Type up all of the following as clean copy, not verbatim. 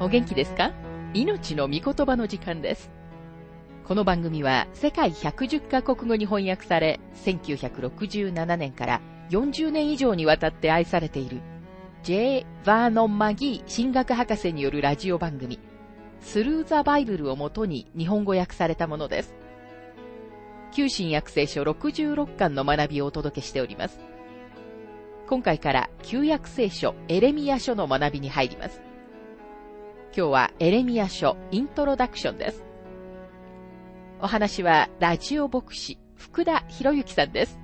お元気ですか？命の御言葉の時間です。この番組は世界110カ国語に翻訳され、1967年から40年以上にわたって愛されている J. バーノン・マギー神学博士によるラジオ番組、スルー・ザ・バイブルをもとに日本語訳されたものです。旧新約聖書66巻の学びをお届けしております。今回から旧約聖書エレミヤ書の学びに入ります。今日はエレミヤ書イントロダクションです。お話はラジオ牧師福田博之さんです。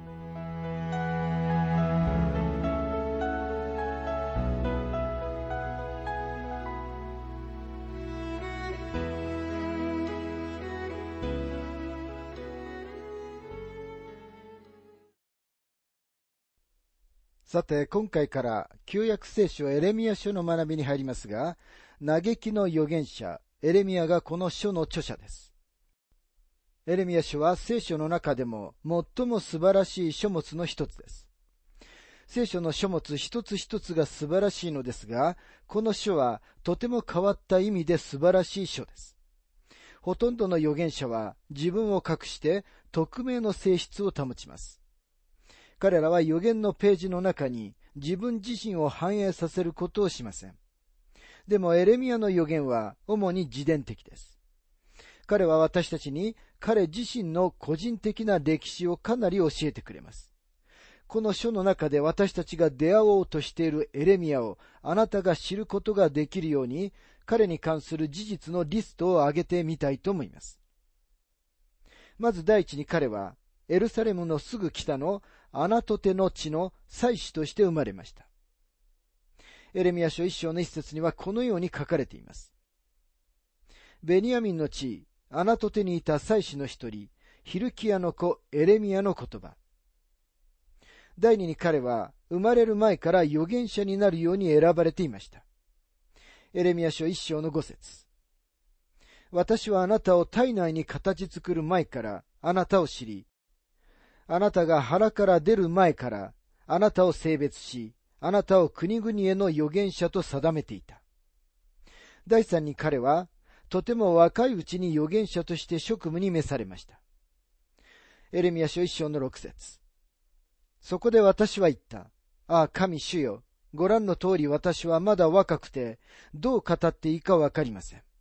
さて、今回から旧約聖書エレミヤ書の学びに入りますが、嘆きの預言者エレミヤがこの書の著者です。エレミヤ書は聖書の中でも最も素晴らしい書物の一つです。聖書の書物一つ一つが素晴らしいのですが、この書はとても変わった意味で素晴らしい書です。ほとんどの預言者は自分を隠して匿名の性質を保ちます。彼らは預言のページの中に自分自身を反映させることをしません。でもエレミヤの預言は主に自伝的です。彼は私たちに彼自身の個人的な歴史をかなり教えてくれます。この書の中で私たちが出会おうとしているエレミヤをあなたが知ることができるように、彼に関する事実のリストを挙げてみたいと思います。まず第一に彼はエルサレムのすぐ北のアナトテの地の祭司として生まれました。エレミヤ書1章の一節にはこのように書かれています。ベニヤミンの地、アナトテにいた祭司の一人、ヒルキヤの子エレミヤの言葉。第二に彼は生まれる前から預言者になるように選ばれていました。エレミヤ書1章の5節。私はあなたを体内に形作る前からあなたを知り、あなたが腹から出る前からあなたを性別し、あなたを国々への預言者と定めていた。第三に彼はとても若いうちに預言者として職務に召されました。エレミヤ書1章の6節。そこで私は言った。ああ、神主よ。ご覧の通り私はまだ若くて、どう語っていいかわかりません。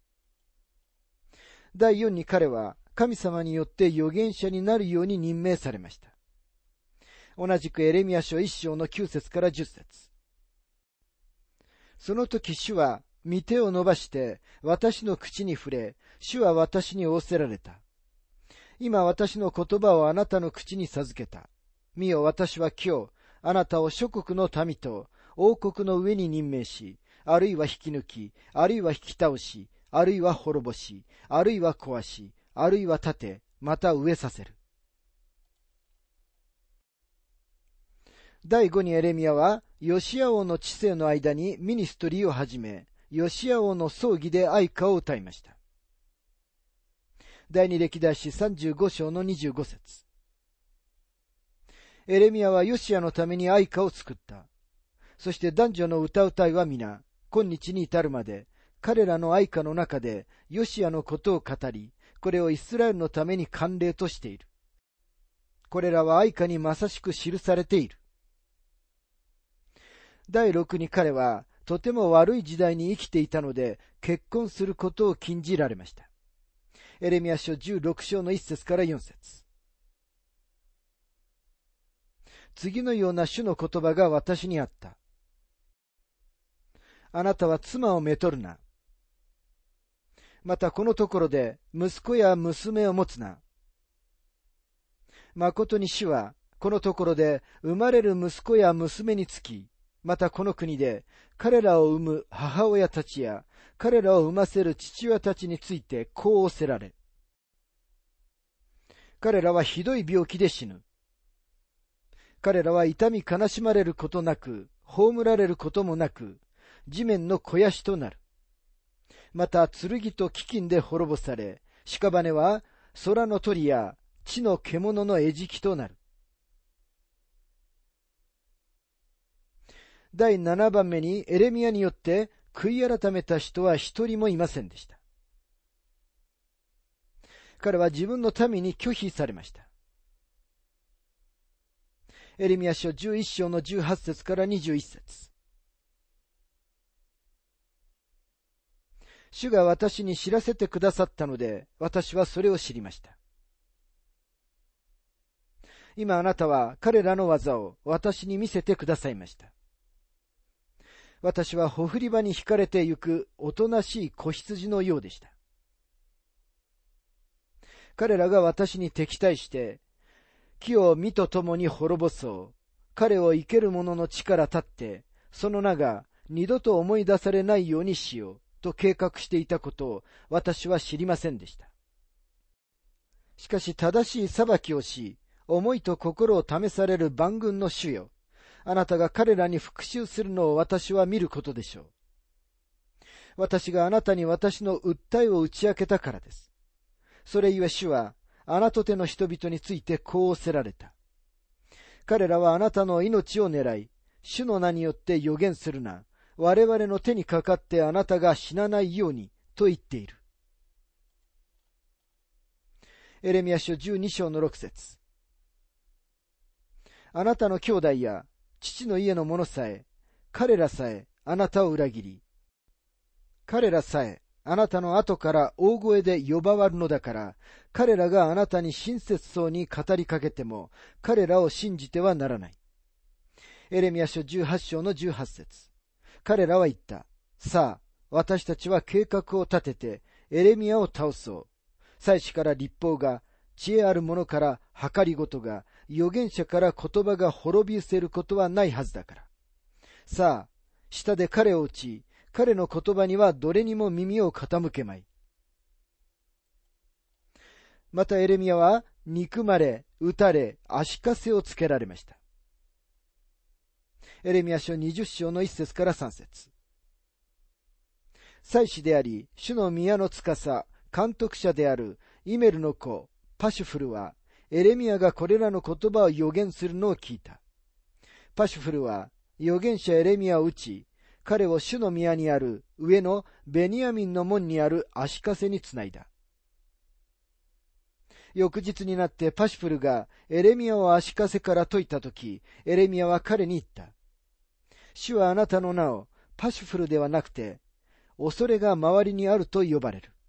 第四に彼は神様によって預言者になるように任命されました。同じくエレミヤ書1章の9節から10節。その時主は御手を伸ばして私の口に触れ、主は私に仰せられた。今私の言葉をあなたの口に授けた。見よ、私は今日、あなたを諸国の民と王国の上に任命し、あるいは引き抜き、あるいは引き倒し、あるいは滅ぼし、あるいは壊し、あるいは建て、また植えさせる。第5にエレミヤはヨシア王の治世の間にミニストリーを始め、ヨシア王の葬儀で哀歌を歌いました。第2歴代史35章の25節。エレミヤはヨシアのために哀歌を作った。そして男女の歌うたいは皆、今日に至るまで、彼らの哀歌の中でヨシアのことを語り、これをイスラエルのために慣例としている。これらは哀歌にまさしく記されている。第6に彼はとても悪い時代に生きていたので結婚することを禁じられました。エレミヤ書16章の1節から4節。次のような主の言葉が私にあった。あなたは妻をめとるな。またこのところで息子や娘を持つな。誠に主はこのところで生まれる息子や娘につき、またこの国で彼らを産む母親たちや彼らを産ませる父親たちについてこう仰せられ。彼らはひどい病気で死ぬ。彼らは痛み悲しまれることなく、葬られることもなく、地面の肥やしとなる。また剣と飢饉で滅ぼされ、屍は空の鳥や地の獣の餌食となる。第7番目にエレミヤによって悔い改めた人は一人もいませんでした。彼は自分の民に拒否されました。エレミヤ書11章の18節から21節。主が私に知らせてくださったので、私はそれを知りました。今あなたは彼らの技を私に見せてくださいました。私はほふり場に惹かれてゆくおとなしい子羊のようでした。彼らが私に敵対して、木を実と共に滅ぼそう。彼を生ける者の地から立って、その名が二度と思い出されないようにしようと計画していたことを私は知りませんでした。しかし正しい裁きをし、思いと心を試される万軍の主よ。あなたが彼らに復讐するのを私は見ることでしょう。私があなたに私の訴えを打ち明けたからです。それゆえ主は、あなた手の人々についてこう仰せられた。彼らはあなたの命を狙い、主の名によって予言するな。我々の手にかかってあなたが死なないように、と言っている。エレミヤ書12章の6節。あなたの兄弟や父の家の者さえ、彼らさえあなたを裏切り、彼らさえあなたの後から大声で呼ばわるのだから、彼らがあなたに親切そうに語りかけても、彼らを信じてはならない。エレミヤ書18章の18節。彼らは言った。さあ、私たちは計画を立てて、エレミヤを倒そう。祭司から律法が、知恵ある者から計りごとが、預言者から言葉が滅び失せることはないはずだから。さあ、舌で彼を打ち、彼の言葉にはどれにも耳を傾けまい。またエレミヤは、憎まれ、打たれ、足かせをつけられました。エレミヤ書20章の1節から3節。祭司であり、主の宮の司、監督者であるイメルの子、パシュフルは、エレミヤがこれらの言葉を預言するのを聞いた。パシュフルは、預言者エレミヤを撃ち、彼を主の宮にある上のベニヤミンの門にある足かせにつないだ。翌日になってパシュフルがエレミヤを足かせから解いたとき、エレミヤは彼に言った。主はあなたの名をパシュフルではなくて、恐れが周りにあると呼ばれる。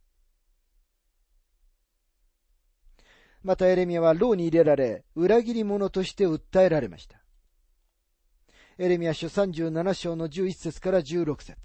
またエレミヤは牢に入れられ、裏切り者として訴えられました。エレミヤ書37章の11節から16節。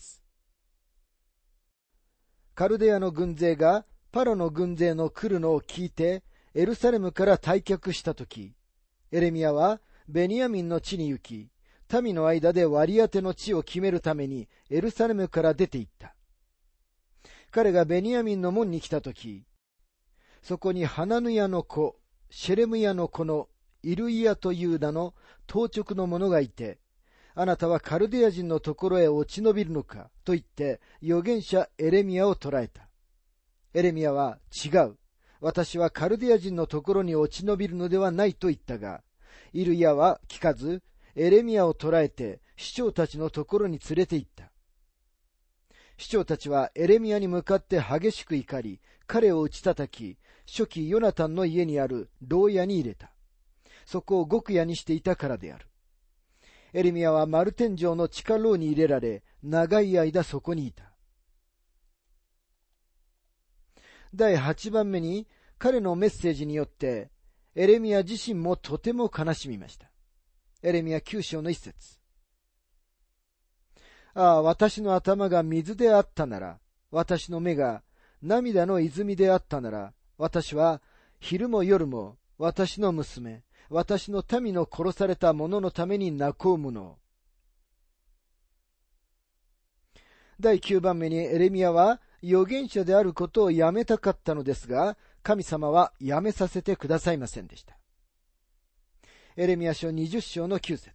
カルデアの軍勢がパロの軍勢の来るのを聞いて、エルサレムから退却したとき、エレミヤはベニヤミンの地に行き、民の間で割り当ての地を決めるためにエルサレムから出て行った。彼がベニヤミンの門に来たとき、そこにハナヌヤの子、シェレムヤの子のイルイヤという名の当直の者がいて、あなたはカルデア人のところへ落ち延びるのかと言って預言者エレミヤを捕らえた。エレミヤは違う。私はカルデア人のところに落ち延びるのではないと言ったが、イルヤは聞かず、エレミヤを捕らえて首長たちのところに連れて行った。首長たちはエレミヤに向かって激しく怒り、彼を打ち叩き、初期ヨナタンの家にある牢屋に入れた。そこを獄屋にしていたからである。エレミヤは丸天井の地下牢に入れられ、長い間そこにいた。第8番目に彼のメッセージによって、エレミヤ自身もとても悲しみました。エレミヤ9章の1節。ああ、私の頭が水であったなら、私の目が涙の泉であったなら、私は昼も夜も私の娘、私の民の殺された者のために泣こうもの。第9番目にエレミヤは預言者であることをやめたかったのですが、神様はやめさせてくださいませんでした。エレミヤ書20章の9節。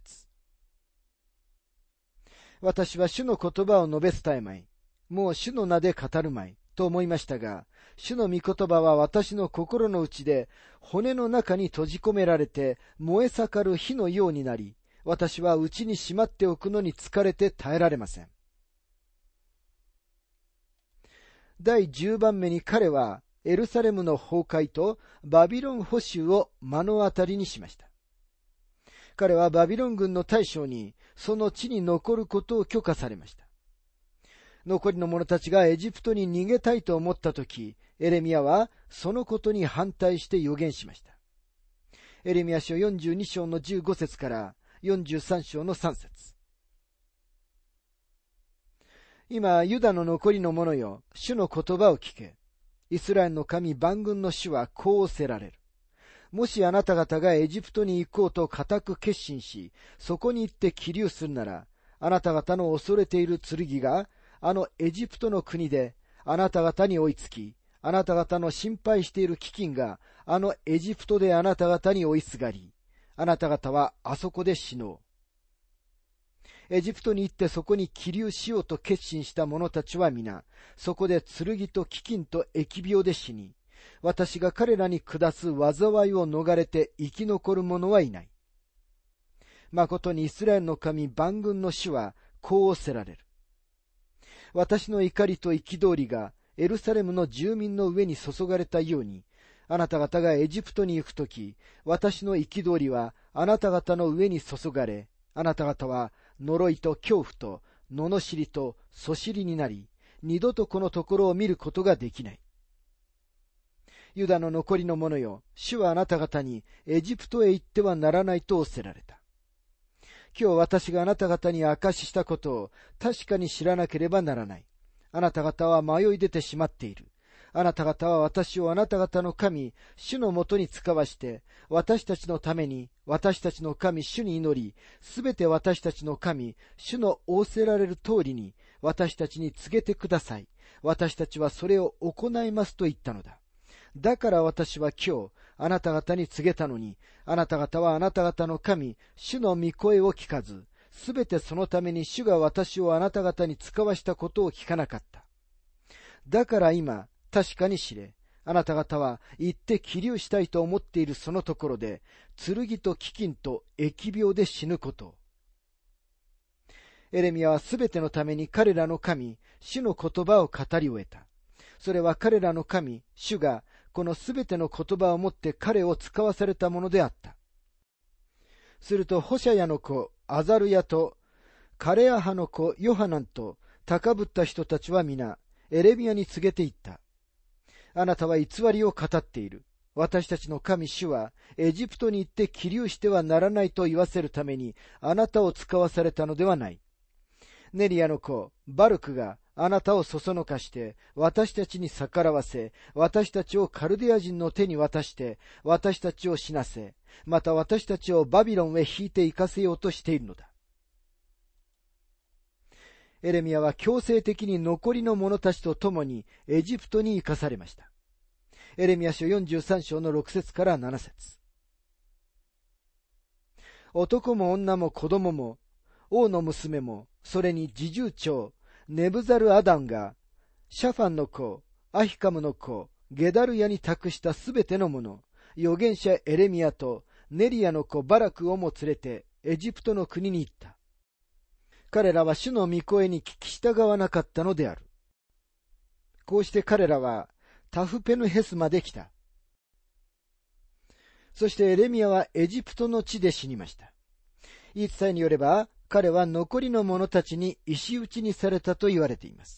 私は主の言葉を述べ伝えまい。もう主の名で語るまい。と思いましたが、主の御言葉は私の心の内で骨の中に閉じ込められて燃え盛る火のようになり、私は内にしまっておくのに疲れて耐えられません。 第10番目に彼はエルサレムの崩壊とバビロン捕囚を目の当たりにしました。彼はバビロン軍の大将にその地に残ることを許可されました。残りの者たちがエジプトに逃げたいと思ったとき、エレミヤはそのことに反対して予言しました。エレミヤ書42章の15節から43章の3節。今、ユダの残りの者よ、主の言葉を聞け。イスラエルの神万軍の主はこう仰せられる。もしあなた方がエジプトに行こうと固く決心し、そこに行って起立するなら、あなた方の恐れている剣が、あのエジプトの国であなた方に追いつき、あなた方の心配している飢饉が、あのエジプトであなた方に追いすがり、あなた方はあそこで死のう。エジプトに行ってそこに起立しようと決心した者たちは皆、そこで剣と飢饉と疫病で死に、私が彼らに下す災いを逃れて生き残る者はいない。誠にイスラエルの神万軍の主はこう仰せられる。私の怒りと憤りがエルサレムの住民の上に注がれたように、あなた方がエジプトに行くとき、私の憤りはあなた方の上に注がれ、あなた方は呪いと恐怖と罵りとそしりになり、二度とこのところを見ることができない。ユダの残りの者よ、主はあなた方にエジプトへ行ってはならないと仰せられた。今日私があなた方に証ししたことを確かに知らなければならない。あなた方は迷い出てしまっている。あなた方は私をあなた方の神、主のもとに使わして、私たちのために、私たちの神、主に祈り、すべて私たちの神、主の仰せられる通りに、私たちに告げてください。私たちはそれを行いますと言ったのだ。だから私は今日、あなた方に告げたのに、あなた方はあなた方の神、主の御声を聞かず、すべてそのために主が私をあなた方に使わしたことを聞かなかった。だから今、確かに知れ、あなた方は行って起立したいと思っているそのところで、剣と飢饉と疫病で死ぬことを。エレミヤはすべてのために彼らの神、主の言葉を語り終えた。それは彼らの神、主がこのすべての言葉をもって彼を使わされたものであった。するとホシャヤの子アザルヤとカレア派の子ヨハナンと高ぶった人たちは皆エレミヤに告げて言った。あなたは偽りを語っている。私たちの神主はエジプトに行って起立してはならないと言わせるためにあなたを使わされたのではない。ネリアの子バルクがあなたをそそのかして私たちに逆らわせ、私たちをカルデア人の手に渡して私たちを死なせ、また私たちをバビロンへ引いて行かせようとしているのだ。エレミヤは強制的に残りの者たちと共にエジプトに行かされました。エレミヤ書43章の6節から7節。男も女も子供も王の娘も、それに侍従長ネブザルアダンがシャファンの子アヒカムの子ゲダルヤに託したすべての者、預言者エレミヤとネリアの子バラクをも連れてエジプトの国に行った。彼らは主の御声に聞き従わなかったのである。こうして彼らはタフペヌヘスまで来た。そしてエレミヤはエジプトの地で死にました。言い伝えによれば、彼は残りの者たちに石打ちにされたと言われています。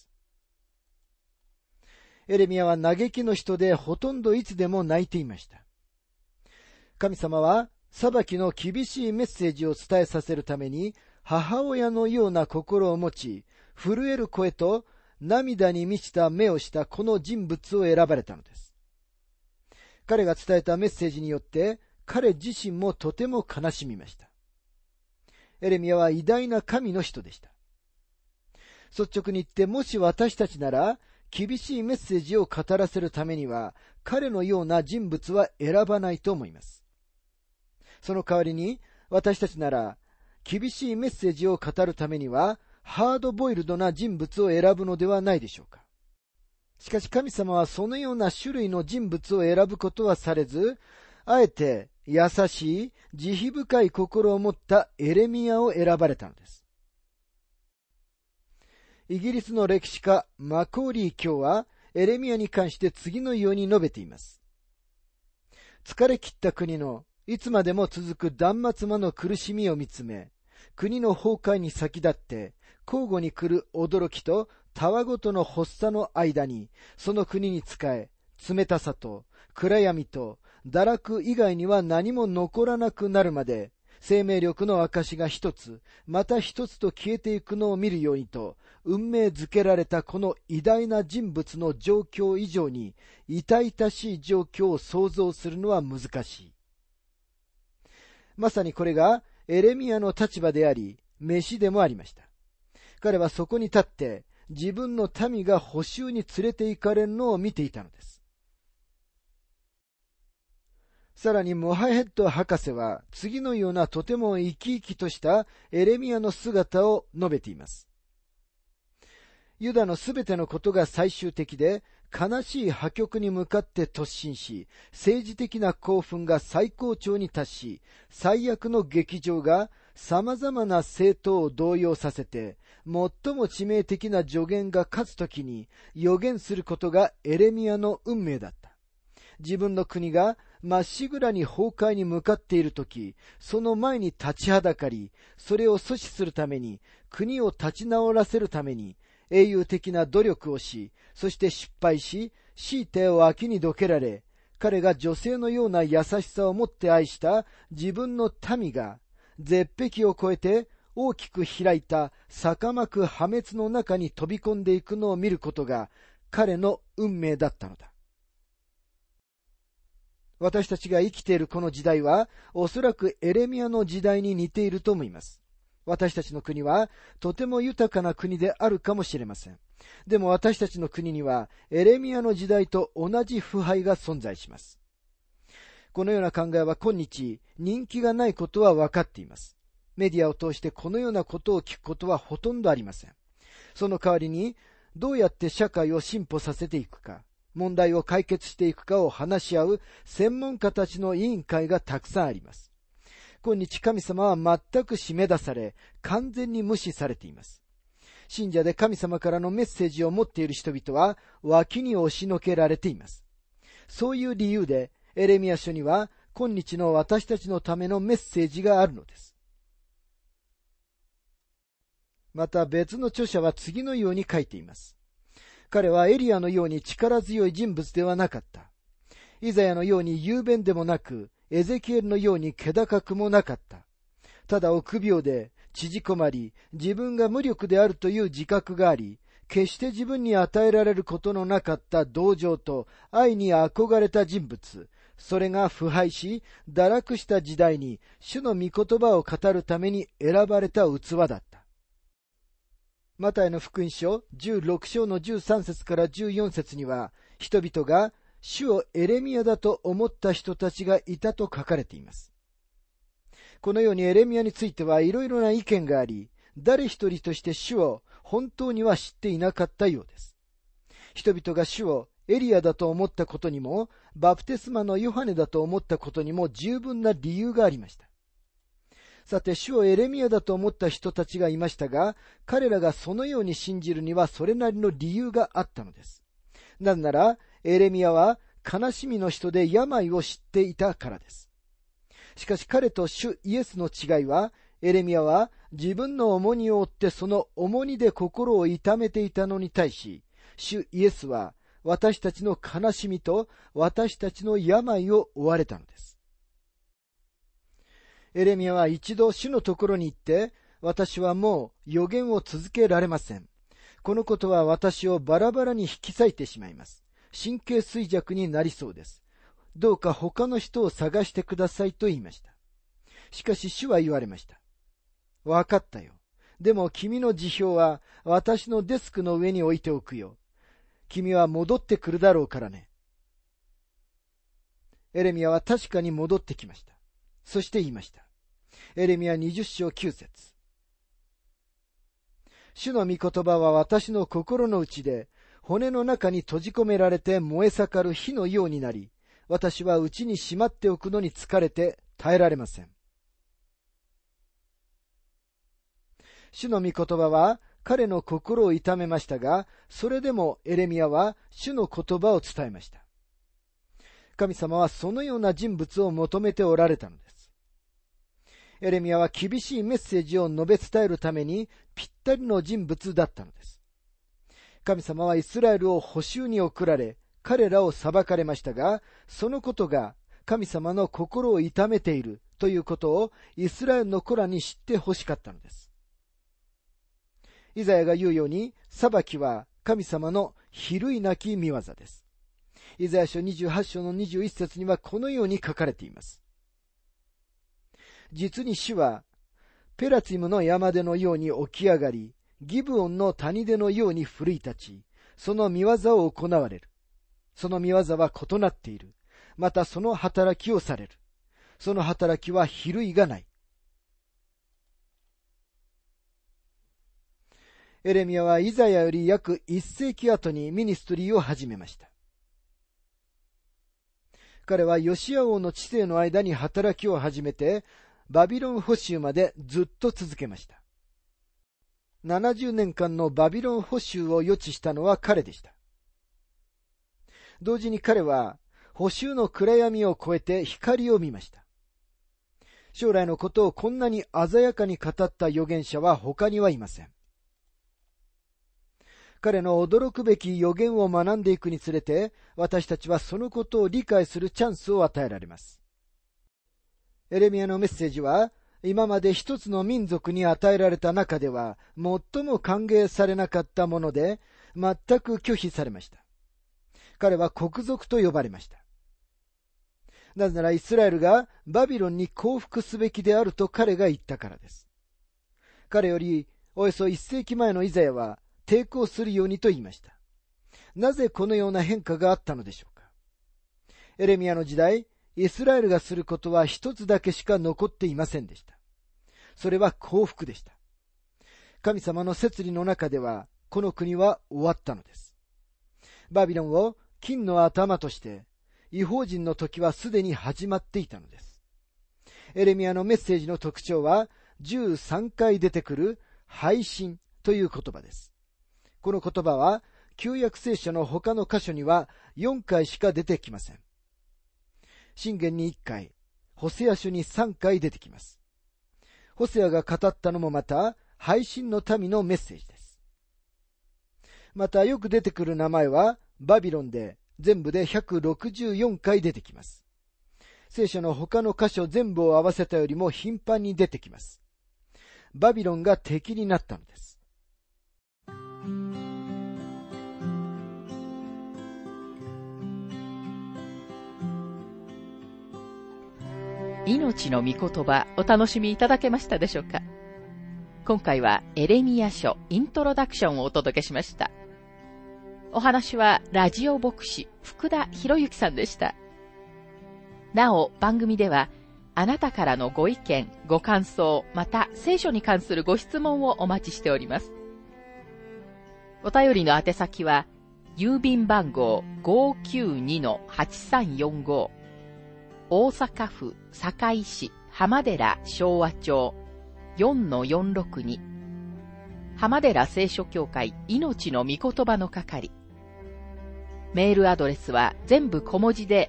エレミヤは嘆きの人でほとんどいつでも泣いていました。神様は裁きの厳しいメッセージを伝えさせるために母親のような心を持ち、震える声と涙に満ちた目をしたこの人物を選ばれたのです。彼が伝えたメッセージによって彼自身もとても悲しみました。エレミヤは偉大な神の人でした。率直に言って、もし私たちなら厳しいメッセージを語らせるためには彼のような人物は選ばないと思います。その代わりに私たちなら厳しいメッセージを語るためにはハードボイルドな人物を選ぶのではないでしょうか。しかし神様はそのような種類の人物を選ぶことはされず、あえて優しい慈悲深い心を持ったエレミヤを選ばれたのです。イギリスの歴史家マコーリー教はエレミヤに関して次のように述べています。疲れ切った国のいつまでも続く断末魔の苦しみを見つめ、国の崩壊に先立って交互に来る驚きとたわごとの発作の間に、その国に仕え、冷たさと暗闇と堕落以外には何も残らなくなるまで、生命力の証が一つ、また一つと消えていくのを見るようにと、運命づけられたこの偉大な人物の状況以上に、痛々しい状況を想像するのは難しい。まさにこれがエレミヤの立場であり、召しでもありました。彼はそこに立って、自分の民が捕囚に連れて行かれるのを見ていたのです。さらにモハヘッド博士は次のようなとても生き生きとしたエレミヤの姿を述べています。ユダのすべてのことが最終的で、悲しい破局に向かって突進し、政治的な興奮が最高潮に達し、最悪の劇場が様々な政党を動揺させて、最も致命的な助言が勝つときに予言することがエレミヤの運命だった。自分の国がまっしぐらに崩壊に向かっているとき、その前に立ちはだかり、それを阻止するために、国を立ち直らせるために、英雄的な努力をし、そして失敗し、強いて脇にどけられ、彼が女性のような優しさを持って愛した自分の民が、絶壁を越えて大きく開いた逆まく破滅の中に飛び込んでいくのを見ることが、彼の運命だったのだ。私たちが生きているこの時代は、おそらくエレミヤの時代に似ていると思います。私たちの国はとても豊かな国であるかもしれません。でも私たちの国にはエレミヤの時代と同じ腐敗が存在します。このような考えは今日人気がないことは分かっています。メディアを通してこのようなことを聞くことはほとんどありません。その代わりにどうやって社会を進歩させていくか、問題を解決していくかを話し合う専門家たちの委員会がたくさんあります。今日神様は全く締め出され、完全に無視されています。信者で神様からのメッセージを持っている人々は脇に押しのけられています。そういう理由でエレミヤ書には今日の私たちのためのメッセージがあるのです。また別の著者は次のように書いています。彼はエリアのように力強い人物ではなかった。イザヤのように雄弁でもなく、エゼキエルのように気高くもなかった。ただ臆病で、縮こまり、自分が無力であるという自覚があり、決して自分に与えられることのなかった同情と愛に憧れた人物。それが腐敗し、堕落した時代に主の御言葉を語るために選ばれた器だった。マタイの福音書16章の13節から14節には、人々が主をエレミヤだと思った人たちがいたと書かれています。このようにエレミヤについてはいろいろな意見があり、誰一人として主を本当には知っていなかったようです。人々が主をエリアだと思ったことにも、バプテスマのヨハネだと思ったことにも十分な理由がありました。さて、主をエレミヤだと思った人たちがいましたが、彼らがそのように信じるにはそれなりの理由があったのです。なぜなら、エレミヤは悲しみの人で病を知っていたからです。しかし彼と主イエスの違いは、エレミヤは自分の重荷を負ってその重荷で心を痛めていたのに対し、主イエスは私たちの悲しみと私たちの病を負われたのです。エレミヤは一度主のところに行って、私はもう預言を続けられません。このことは私をバラバラに引き裂いてしまいます。神経衰弱になりそうです。どうか他の人を探してくださいと言いました。しかし主は言われました。わかったよ。でも君の辞表は私のデスクの上に置いておくよ。君は戻ってくるだろうからね。エレミヤは確かに戻ってきました。そして言いました。エレミヤ20章9節。主の御言葉は私の心の内で、骨の中に閉じ込められて燃え盛る火のようになり、私は内にしまっておくのに疲れて耐えられません。主の御言葉は彼の心を痛めましたが、それでもエレミヤは主の言葉を伝えました。神様はそのような人物を求めておられたのです。エレミヤは厳しいメッセージを述べ伝えるためにぴったりの人物だったのです。神様はイスラエルを捕囚に送られ、彼らを裁かれましたが、そのことが神様の心を痛めているということをイスラエルの子らに知ってほしかったのです。イザヤが言うように、裁きは神様の比類なき御業です。イザヤ書28章の21節にはこのように書かれています。実に主は、ペラツィムの山でのように起き上がり、ギブオンの谷でのように奮い立ち、その御業を行われる。その御業は異なっている。またその働きをされる。その働きは比類がない。エレミヤはイザヤより約1世紀後にミニストリーを始めました。彼はヨシア王の治世の間に働きを始めて、バビロン捕囚までずっと続けました。70年間のバビロン捕囚を予知したのは彼でした。同時に彼は捕囚の暗闇を越えて光を見ました。将来のことをこんなに鮮やかに語った預言者は他にはいません。彼の驚くべき預言を学んでいくにつれて、私たちはそのことを理解するチャンスを与えられます。エレミヤのメッセージは、今まで一つの民族に与えられた中では、最も歓迎されなかったもので、全く拒否されました。彼は国賊と呼ばれました。なぜならイスラエルがバビロンに降伏すべきであると彼が言ったからです。彼よりおよそ1世紀前のイザヤは抵抗するようにと言いました。なぜこのような変化があったのでしょうか。エレミヤの時代、イスラエルがすることは一つだけしか残っていませんでした。それは降伏でした。神様の摂理の中では、この国は終わったのです。バビロンを金の頭として、異邦人の時はすでに始まっていたのです。エレミヤのメッセージの特徴は、13回出てくる配信という言葉です。この言葉は、旧約聖書の他の箇所には4回しか出てきません。箴言に1回、ホセア書に3回出てきます。ホセアが語ったのもまた、配信の民のメッセージです。またよく出てくる名前は、バビロンで全部で164回出てきます。聖書の他の箇所全部を合わせたよりも頻繁に出てきます。バビロンが敵になったのです。 命の御言葉お楽しみいただけましたでしょうか。今回はエレミヤ書イントロダクションをお届けしました。お話はラジオ牧師福田博之さんでした。なお番組ではあなたからのご意見、ご感想、また聖書に関するご質問をお待ちしております。お便りの宛先は郵便番号 592-8345 大阪府堺市浜寺昭和町 4-462 浜寺聖書協会命の御言葉の係。メールアドレスは全部小文字で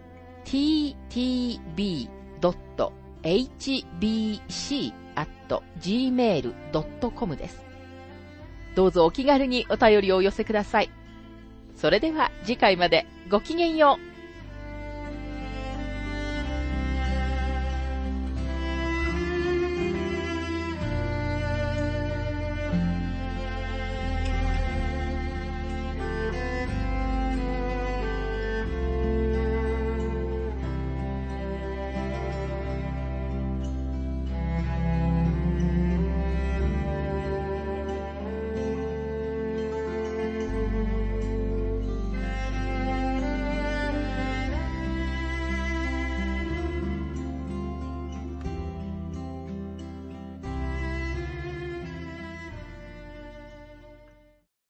ttb.hbc@gmail.com です。どうぞお気軽にお便りをお寄せください。それでは次回までごきげんよう。